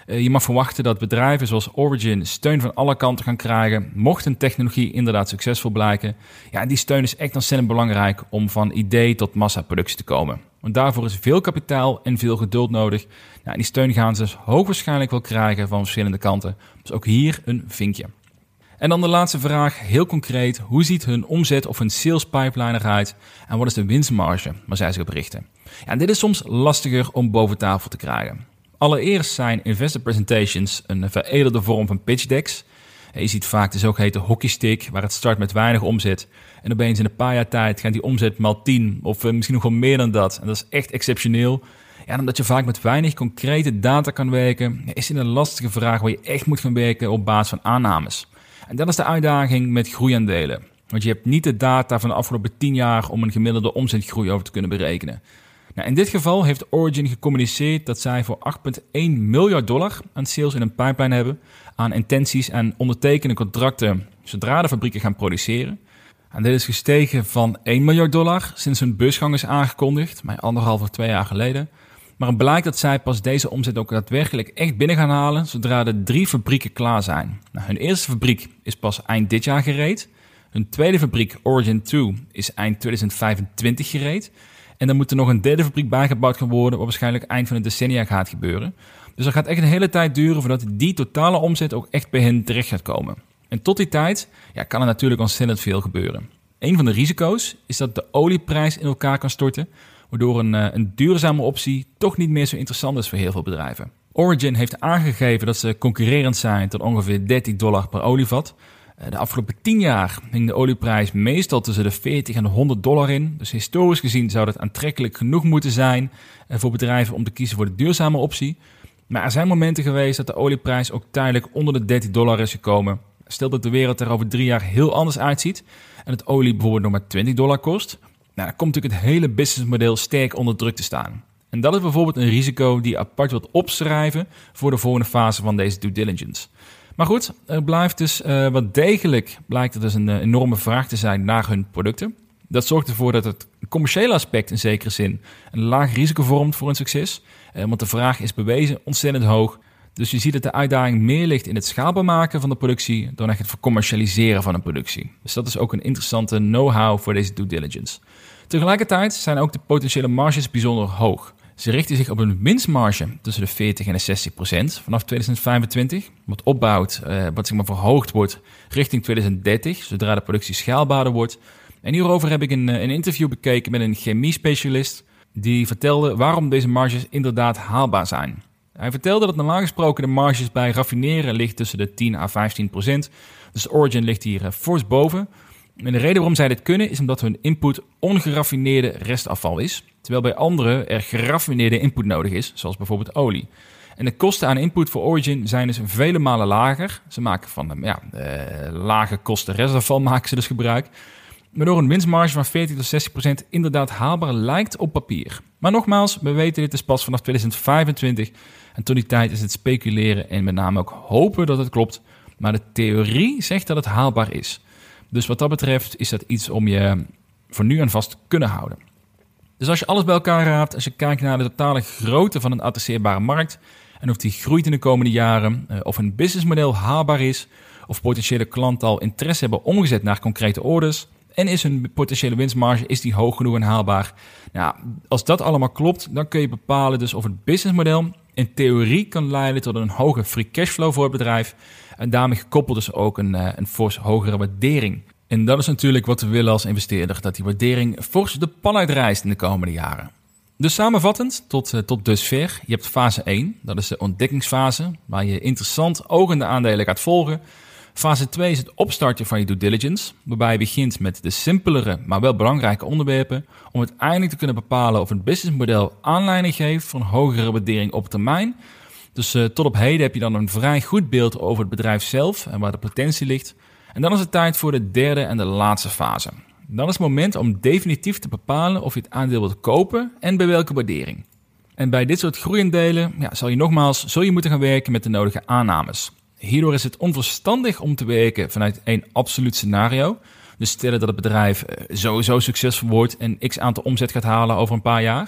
Uh, je mag verwachten dat bedrijven zoals Origin steun van alle kanten gaan krijgen, mocht een technologie inderdaad succesvol blijken. Ja, en die steun is echt ontzettend belangrijk om van idee tot massaproductie te komen. Want daarvoor is veel kapitaal en veel geduld nodig. Nou, en die steun gaan ze dus hoogwaarschijnlijk wel krijgen van verschillende kanten. Dus ook hier een vinkje. En dan de laatste vraag, heel concreet. Hoe ziet hun omzet of hun sales pipeline eruit? En wat is de winstmarge waar zij zich op richten? Ja, en dit is soms lastiger om boven tafel te krijgen. Allereerst zijn investor presentations een veredelde vorm van pitch decks. Je ziet vaak de zogeheten hockeystick, waar het start met weinig omzet. En opeens in een paar jaar tijd gaat die omzet maal tien of misschien nog wel meer dan dat. En dat is echt exceptioneel. Ja, omdat je vaak met weinig concrete data kan werken, is dit een lastige vraag waar je echt moet gaan werken op basis van aannames. En dat is de uitdaging met groeiaandelen. Want je hebt niet de data van de afgelopen tien jaar om een gemiddelde omzetgroei over te kunnen berekenen. Nou, in dit geval heeft Origin gecommuniceerd dat zij voor acht komma één miljard dollar aan sales in een pipeline hebben, aan intenties en ondertekende contracten zodra de fabrieken gaan produceren. En dit is gestegen van één miljard dollar sinds hun beursgang is aangekondigd, maar anderhalf of twee jaar geleden. Maar het blijkt dat zij pas deze omzet ook daadwerkelijk echt binnen gaan halen zodra de drie fabrieken klaar zijn. Nou, hun eerste fabriek is pas eind dit jaar gereed. Hun tweede fabriek, Origin twee, is eind tweeduizend vijfentwintig gereed. En dan moet er nog een derde fabriek bijgebouwd gaan worden, wat waarschijnlijk eind van het decennia gaat gebeuren. Dus dat gaat echt een hele tijd duren voordat die totale omzet ook echt bij hen terecht gaat komen. En tot die tijd ja, kan er natuurlijk ontzettend veel gebeuren. Een van de risico's is dat de olieprijs in elkaar kan storten, waardoor een, een duurzame optie toch niet meer zo interessant is voor heel veel bedrijven. Origin heeft aangegeven dat ze concurrerend zijn tot ongeveer dertig dollar per olievat. De afgelopen tien jaar hing de olieprijs meestal tussen de veertig en de honderd dollar in. Dus historisch gezien zou dat aantrekkelijk genoeg moeten zijn voor bedrijven om te kiezen voor de duurzame optie. Maar er zijn momenten geweest dat de olieprijs ook tijdelijk onder de dertig dollar is gekomen. Stel dat de wereld er over drie jaar heel anders uitziet en het olie bijvoorbeeld nog maar twintig dollar kost. Nou, dan komt natuurlijk het hele businessmodel sterk onder druk te staan. En dat is bijvoorbeeld een risico die je apart wilt opschrijven voor de volgende fase van deze due diligence. Maar goed, er blijft dus uh, wat degelijk, blijkt er dus een uh, enorme vraag te zijn naar hun producten. Dat zorgt ervoor dat het commerciële aspect in zekere zin een laag risico vormt voor een succes. Uh, want de vraag is bewezen ontzettend hoog. Dus je ziet dat de uitdaging meer ligt in het schaalbaar maken van de productie dan echt het vercommercialiseren van een productie. Dus dat is ook een interessante know-how voor deze due diligence. Tegelijkertijd zijn ook de potentiële marges bijzonder hoog. Ze richten zich op een winstmarge tussen de veertig en de zestig procent vanaf tweeduizend vijfentwintig, wat opbouwt, eh, wat zeg maar verhoogd wordt richting tweeduizend dertig, zodra de productie schaalbaarder wordt. En hierover heb ik een, een interview bekeken met een chemie-specialist die vertelde waarom deze marges inderdaad haalbaar zijn. Hij vertelde dat normaal gesproken de marges bij raffineren ligt tussen de tien à vijftien procent. Dus Origin ligt hier fors boven. En de reden waarom zij dit kunnen is omdat hun input ongeraffineerde restafval is, terwijl bij anderen er geraffineerde input nodig is, zoals bijvoorbeeld olie. En de kosten aan input voor Origin zijn dus vele malen lager. Ze maken van ja, uh, lage kosten restafval maken ze dus gebruik, waardoor een winstmarge van veertig tot zestig procent inderdaad haalbaar lijkt op papier. Maar nogmaals, we weten dit dus pas vanaf tweeduizend vijfentwintig en tot die tijd is het speculeren en met name ook hopen dat het klopt. Maar de theorie zegt dat het haalbaar is. Dus wat dat betreft is dat iets om je voor nu aan vast te kunnen houden. Dus als je alles bij elkaar raapt, als je kijkt naar de totale grootte van een adresseerbare markt en of die groeit in de komende jaren, of een businessmodel haalbaar is, of potentiële klanten al interesse hebben omgezet naar concrete orders, en is hun potentiële winstmarge, is die hoog genoeg en haalbaar? Nou, als dat allemaal klopt, dan kun je bepalen dus of het businessmodel in theorie kan leiden tot een hoge free cashflow voor het bedrijf en daarmee gekoppeld dus ook een, een fors hogere waardering. En dat is natuurlijk wat we willen als investeerder, dat die waardering fors de pan uitrijst in de komende jaren. Dus samenvattend, tot, tot dusver, je hebt fase één, dat is de ontdekkingsfase, waar je interessant ogende aandelen gaat volgen. Fase twee is het opstarten van je due diligence, waarbij je begint met de simpelere, maar wel belangrijke onderwerpen, om uiteindelijk te kunnen bepalen of een businessmodel aanleiding geeft voor een hogere waardering op termijn. Dus uh, tot op heden heb je dan een vrij goed beeld over het bedrijf zelf en waar de potentie ligt. En dan is het tijd voor de derde en de laatste fase. Dan is het moment om definitief te bepalen of je het aandeel wilt kopen en bij welke waardering. En bij dit soort groeiaandelen ja, zal je nogmaals zul je moeten gaan werken met de nodige aannames. Hierdoor is het onverstandig om te werken vanuit één absoluut scenario. Dus stellen dat het bedrijf sowieso succesvol wordt en x aantal omzet gaat halen over een paar jaar.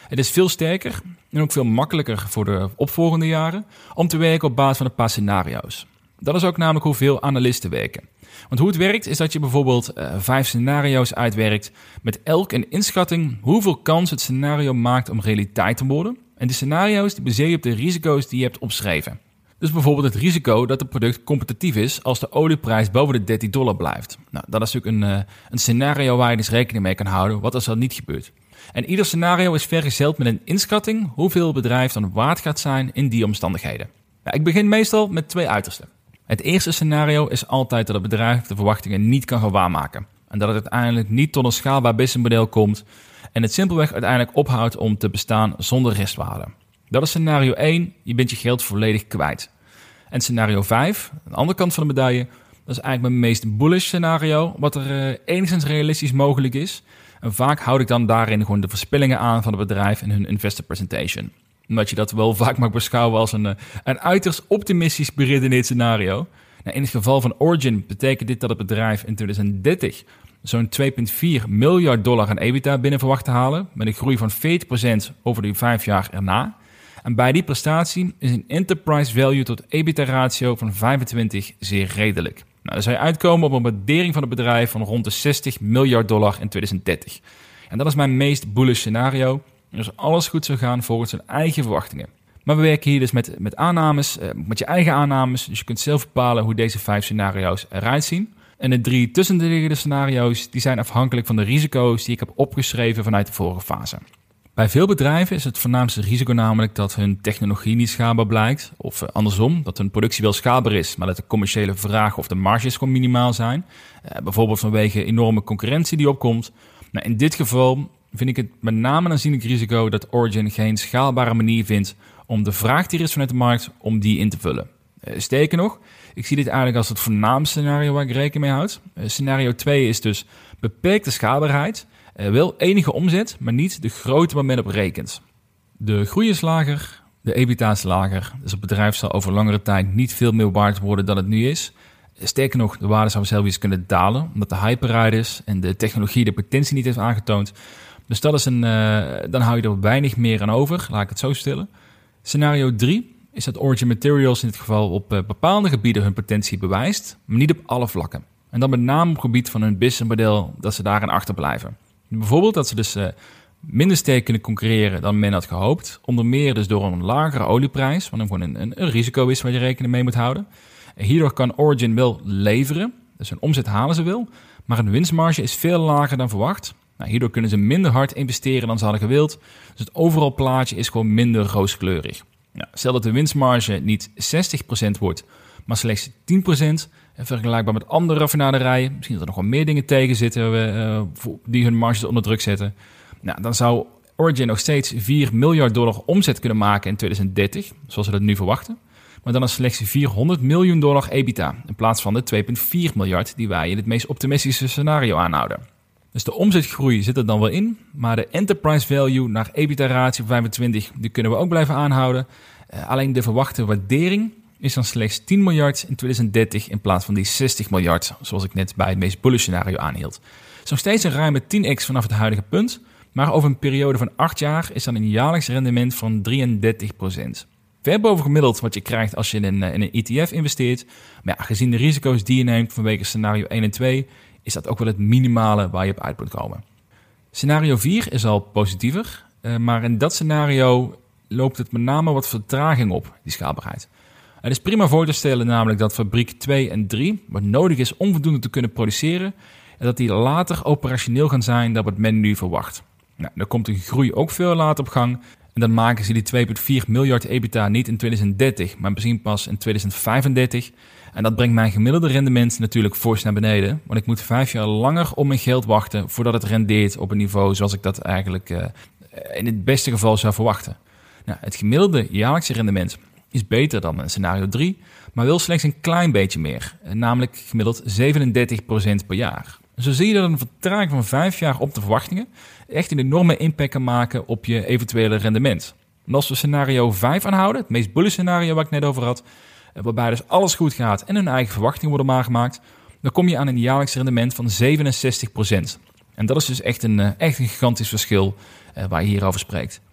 Het is veel sterker en ook veel makkelijker voor de opvolgende jaren om te werken op basis van een paar scenario's. Dat is ook namelijk hoeveel analisten werken. Want hoe het werkt is dat je bijvoorbeeld uh, vijf scenario's uitwerkt met elk een inschatting hoeveel kans het scenario maakt om realiteit te worden. En die scenario's die baseer je op de risico's die je hebt opgeschreven. Dus bijvoorbeeld het risico dat het product competitief is als de olieprijs boven de dertien dollar blijft. Nou, dat is natuurlijk een, uh, een scenario waar je dus rekening mee kan houden. Wat als dat niet gebeurt? En ieder scenario is vergezeld met een inschatting hoeveel het bedrijf dan waard gaat zijn in die omstandigheden. Nou, ik begin meestal met twee uitersten. Het eerste scenario is altijd dat het bedrijf de verwachtingen niet kan gaan waarmaken. En dat het uiteindelijk niet tot een schaalbaar businessmodel komt en het simpelweg uiteindelijk ophoudt om te bestaan zonder restwaarde. Dat is scenario één, je bent je geld volledig kwijt. En scenario vijf, aan de andere kant van de medaille, dat is eigenlijk mijn meest bullish scenario, wat er uh, enigszins realistisch mogelijk is. En vaak houd ik dan daarin gewoon de voorspellingen aan van het bedrijf in hun investor presentation. Omdat je dat wel vaak mag beschouwen als een, een uiterst optimistisch beredeneerd scenario. Nou, in het geval van Origin betekent dit dat het bedrijf in twintig dertig zo'n twee komma vier miljard dollar aan EBITDA binnen verwacht te halen, met een groei van veertig procent over de vijf jaar erna. En bij die prestatie is een enterprise value tot EBITDA-ratio van vijfentwintig zeer redelijk. Nou, dan zou je uitkomen op een waardering van het bedrijf van rond de zestig miljard dollar in twintig dertig. En dat is mijn meest bullish scenario. Dus alles goed zou gaan volgens zijn eigen verwachtingen. Maar we werken hier dus met, met aannames, met je eigen aannames. Dus je kunt zelf bepalen hoe deze vijf scenario's eruit zien. En de drie tussenliggende scenario's die zijn afhankelijk van de risico's die ik heb opgeschreven vanuit de vorige fase. Bij veel bedrijven is het voornaamste risico namelijk dat hun technologie niet schaalbaar blijkt. Of andersom, dat hun productie wel schaalbaar is, maar dat de commerciële vraag of de marges gewoon minimaal zijn. Uh, bijvoorbeeld vanwege enorme concurrentie die opkomt. Nou, in dit geval vind ik het met name een aanzienlijk risico dat Origin geen schaalbare manier vindt om de vraag die er is vanuit de markt, om die in te vullen. Uh, sterker nog, ik zie dit eigenlijk als het voornaamste scenario waar ik rekening mee houd. Uh, scenario twee is dus beperkte schaalbaarheid. Uh, wel enige omzet, maar niet de grootte waar men op rekent. De groei is lager, de EBITDA is lager. Dus het bedrijf zal over langere tijd niet veel meer waard worden dan het nu is. Sterker nog, de waarde zou zelfs eens kunnen dalen, omdat de hype eruit is en de technologie de potentie niet heeft aangetoond. Dus dat is een, uh, dan hou je er weinig meer aan over, laat ik het zo stellen. Scenario drie is dat Origin Materials in dit geval op uh, bepaalde gebieden hun potentie bewijst, maar niet op alle vlakken. En dan met name op het gebied van hun businessmodel, dat ze daarin achterblijven. Bijvoorbeeld dat ze dus uh, minder sterk kunnen concurreren dan men had gehoopt. Onder meer dus door een lagere olieprijs, wat gewoon een, een, een risico is waar je rekening mee moet houden. En hierdoor kan Origin wel leveren, dus hun omzet halen ze wel, maar hun winstmarge is veel lager dan verwacht. Nou, hierdoor kunnen ze minder hard investeren dan ze hadden gewild. Dus het overal plaatje is gewoon minder rooskleurig. Nou, stel dat de winstmarge niet zestig procent wordt, maar slechts tien procent... En vergelijkbaar met andere raffinaderijen, misschien dat er nog wel meer dingen tegen zitten uh, die hun marges onder druk zetten. Nou, dan zou Origin nog steeds vier miljard dollar omzet kunnen maken in twintig dertig, zoals we dat nu verwachten. Maar dan is slechts vierhonderd miljoen dollar EBITDA, in plaats van de twee komma vier miljard die wij in het meest optimistische scenario aanhouden. Dus de omzetgroei zit er dan wel in, maar de enterprise value naar EBITDA-ratio vijfentwintig, die kunnen we ook blijven aanhouden. Uh, alleen de verwachte waardering is dan slechts tien miljard in twintig dertig in plaats van die zestig miljard, zoals ik net bij het meest bullish scenario aanhield. Het is nog steeds een ruime tien x vanaf het huidige punt, maar over een periode van acht jaar is dan een jaarlijks rendement van drieëndertig procent. Ver boven gemiddeld wat je krijgt als je in een, in een E T F investeert, maar ja, gezien de risico's die je neemt vanwege scenario één en twee, is dat ook wel het minimale waar je op uit moet komen. Scenario vier is al positiever, maar in dat scenario loopt het met name wat vertraging op, die schaalbaarheid. Het is prima voor te stellen namelijk dat fabriek twee en drie, wat nodig is om voldoende te kunnen produceren, en dat die later operationeel gaan zijn dan wat men nu verwacht. Nou, dan komt de groei ook veel later op gang en dan maken ze die twee komma vier miljard EBITDA niet in twintig dertig, maar misschien pas in twintig vijfendertig. En dat brengt mijn gemiddelde rendement natuurlijk fors naar beneden, want ik moet vijf jaar langer op mijn geld wachten voordat het rendeert op een niveau zoals ik dat eigenlijk uh, in het beste geval zou verwachten. Nou, het gemiddelde jaarlijkse rendement is beter dan een scenario drie, maar wel slechts een klein beetje meer, namelijk gemiddeld zevenendertig procent per jaar. Zo zie je dat een vertraging van vijf jaar op de verwachtingen echt een enorme impact kan maken op je eventuele rendement. En als we scenario vijf aanhouden, het meest bullish scenario waar ik net over had, waarbij dus alles goed gaat en hun eigen verwachtingen worden nagemaakt, dan kom je aan een jaarlijks rendement van zevenenzestig procent. En dat is dus echt een, echt een gigantisch verschil uh, waar je hier over spreekt.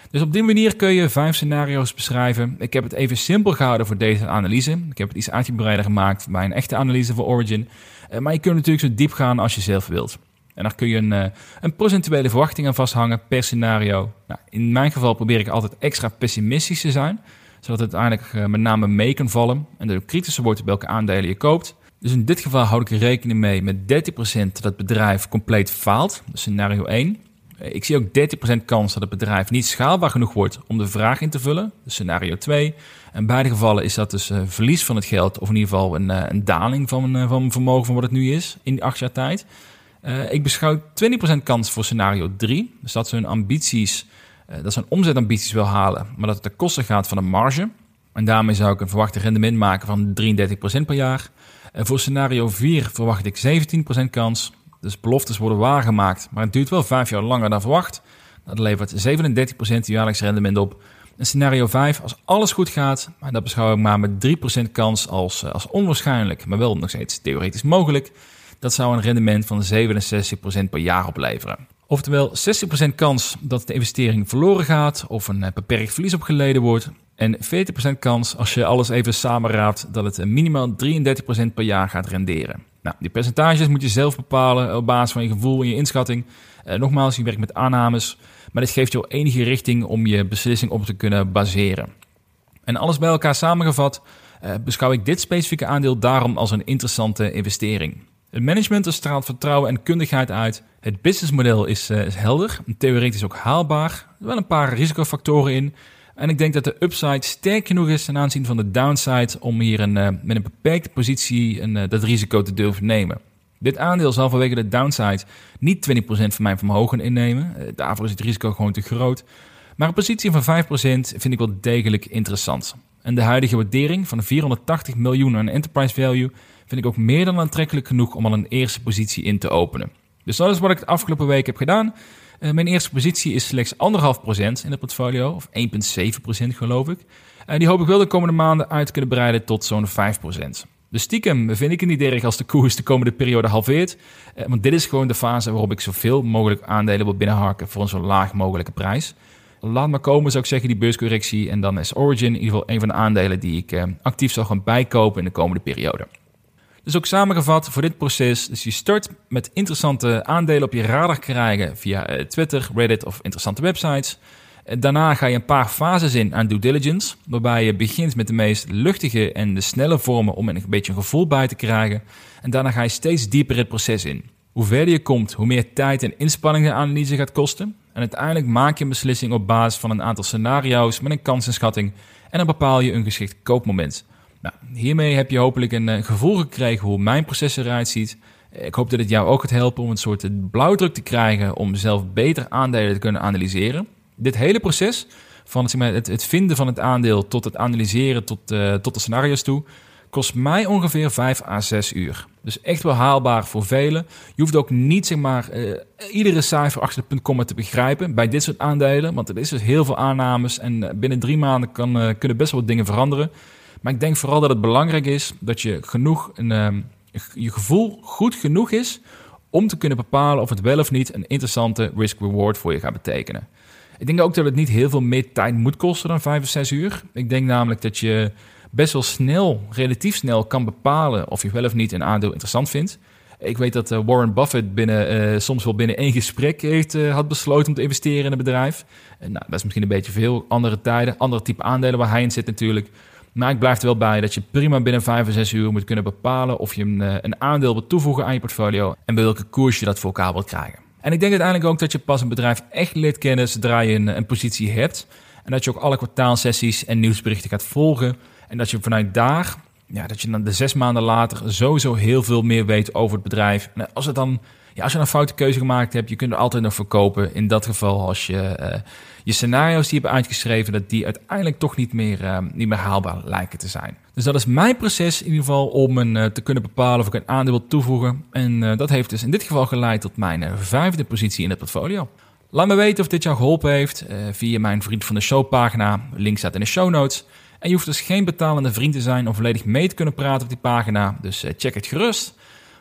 Dus op die manier kun je vijf scenario's beschrijven. Ik heb het even simpel gehouden voor deze analyse. Ik heb het iets uitgebreider gemaakt bij een echte analyse voor Origin. Maar je kunt natuurlijk zo diep gaan als je zelf wilt. En daar kun je een, een procentuele verwachting aan vasthangen per scenario. Nou, in mijn geval probeer ik altijd extra pessimistisch te zijn, zodat het uiteindelijk met name mee kan vallen en dat het kritischer wordt op welke aandelen je koopt. Dus in dit geval houd ik er rekening mee met dertig procent dat het bedrijf compleet faalt, dus scenario één. Ik zie ook dertig procent kans dat het bedrijf niet schaalbaar genoeg wordt om de vraag in te vullen, dus scenario twee. In beide gevallen is dat dus uh, verlies van het geld, of in ieder geval een, uh, een daling van, uh, van mijn vermogen van wat het nu is in die acht jaar tijd. Uh, ik beschouw twintig procent kans voor scenario drie. Dus dat ze hun ambities, uh, dat ze hun omzetambities wil halen, maar dat het ten koste gaat van de marge. En daarmee zou ik een verwachte rendement maken van drieëndertig procent per jaar. Uh, voor scenario vier verwacht ik zeventien procent kans. Dus beloftes worden waargemaakt, maar het duurt wel vijf jaar langer dan verwacht. Dat levert zevenendertig procent jaarlijks rendement op. En scenario vijf, als alles goed gaat, maar dat beschouw ik maar met drie procent kans als, uh, als onwaarschijnlijk, maar wel nog steeds theoretisch mogelijk. Dat zou een rendement van zevenenzestig procent per jaar opleveren. Oftewel zestig procent kans dat de investering verloren gaat of een beperkt verlies opgeleden wordt. En veertig procent kans, als je alles even samenraapt, dat het minimaal drieëndertig procent per jaar gaat renderen. Nou, die percentages moet je zelf bepalen op basis van je gevoel en je inschatting. Uh, nogmaals, je werkt met aannames, maar dit geeft je enige richting om je beslissing op te kunnen baseren. En alles bij elkaar samengevat, uh, beschouw ik dit specifieke aandeel daarom als een interessante investering. Het management straalt vertrouwen en kundigheid uit. Het businessmodel is, uh, is helder, theoretisch ook haalbaar. Er wel een paar risicofactoren in. En ik denk dat de upside sterk genoeg is ten aanzien van de downside om hier een, uh, met een beperkte positie een, uh, dat risico te durven nemen. Dit aandeel zal vanwege de downside niet twintig procent van mijn vermogen innemen. Uh, daarvoor is het risico gewoon te groot. Maar een positie van vijf procent vind ik wel degelijk interessant. En de huidige waardering van vierhonderdtachtig miljoen aan enterprise value vind ik ook meer dan aantrekkelijk genoeg om al een eerste positie in te openen. Dus dat is wat ik de afgelopen week heb gedaan. Uh, mijn eerste positie is slechts anderhalf procent in het portfolio, of één komma zeven procent geloof ik. En uh, die hoop ik wel de komende maanden uit te kunnen breiden tot zo'n vijf procent. Dus stiekem vind ik het niet erg als de koers de komende periode halveert. Uh, want dit is gewoon de fase waarop ik zoveel mogelijk aandelen wil binnenharken voor een zo laag mogelijke prijs. Laat maar komen, zou ik zeggen, die beurscorrectie. En dan is Origin in ieder geval een van de aandelen die ik uh, actief zal gaan bijkopen in de komende periode. Dus ook samengevat voor dit proces, dus je start met interessante aandelen op je radar krijgen via Twitter, Reddit of interessante websites. Daarna ga je een paar fases in aan due diligence, waarbij je begint met de meest luchtige en de snelle vormen om er een beetje een gevoel bij te krijgen. En daarna ga je steeds dieper het proces in. Hoe verder je komt, hoe meer tijd en inspanning de analyse gaat kosten. En uiteindelijk maak je een beslissing op basis van een aantal scenario's met een kansinschatting en dan bepaal je een geschikt koopmoment. Nou, hiermee heb je hopelijk een uh, gevoel gekregen hoe mijn proces eruit ziet. Ik hoop dat het jou ook gaat helpen om een soort blauwdruk te krijgen om zelf beter aandelen te kunnen analyseren. Dit hele proces, van zeg maar, het, het vinden van het aandeel tot het analyseren tot, uh, tot de scenario's toe, kost mij ongeveer vijf à zes uur. Dus echt wel haalbaar voor velen. Je hoeft ook niet zeg maar, uh, iedere cijfer achter de punt komma te begrijpen bij dit soort aandelen, want er is dus heel veel aannames en binnen drie maanden kan, uh, kunnen best wel wat dingen veranderen. Maar ik denk vooral dat het belangrijk is dat je genoeg een, um, je gevoel goed genoeg is om te kunnen bepalen of het wel of niet een interessante risk-reward voor je gaat betekenen. Ik denk ook dat het niet heel veel meer tijd moet kosten dan vijf of zes uur. Ik denk namelijk dat je best wel snel, relatief snel kan bepalen of je wel of niet een aandeel interessant vindt. Ik weet dat uh, Warren Buffett binnen, uh, soms wel binnen één gesprek heeft, uh, had besloten om te investeren in een bedrijf. Uh, nou, dat is misschien een beetje veel. Andere tijden, andere type aandelen waar hij in zit natuurlijk. Maar ik blijf er wel bij dat je prima binnen vijf of zes uur moet kunnen bepalen of je een, een aandeel wilt toevoegen aan je portfolio en bij welke koers je dat voor elkaar wilt krijgen. En ik denk uiteindelijk ook dat je pas een bedrijf echt leert kennen zodra je een, een positie hebt. En dat je ook alle kwartaalsessies en nieuwsberichten gaat volgen. En dat je vanuit daar, ja, dat je dan de zes maanden later sowieso heel veel meer weet over het bedrijf. En als het dan, ja, als je een foute keuze gemaakt hebt, je kunt er altijd nog verkopen. In dat geval als je uh, je scenario's die je hebt uitgeschreven, dat die uiteindelijk toch niet meer, uh, niet meer haalbaar lijken te zijn. Dus dat is mijn proces in ieder geval om een, uh, te kunnen bepalen of ik een aandeel wil toevoegen. En uh, dat heeft dus in dit geval geleid tot mijn uh, vijfde positie in het portfolio. Laat me weten of dit jou geholpen heeft uh, via mijn Vriend van de Show pagina. Link staat in de show notes. En je hoeft dus geen betalende vriend te zijn om volledig mee te kunnen praten op die pagina. Dus uh, check het gerust.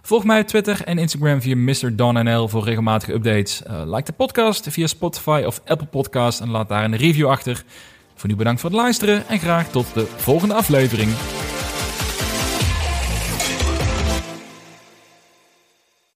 Volg mij op Twitter en Instagram via mister Don N L voor regelmatige updates. Uh, like de podcast via Spotify of Apple Podcast en laat daar een review achter. Voor nu bedankt voor het luisteren en graag tot de volgende aflevering.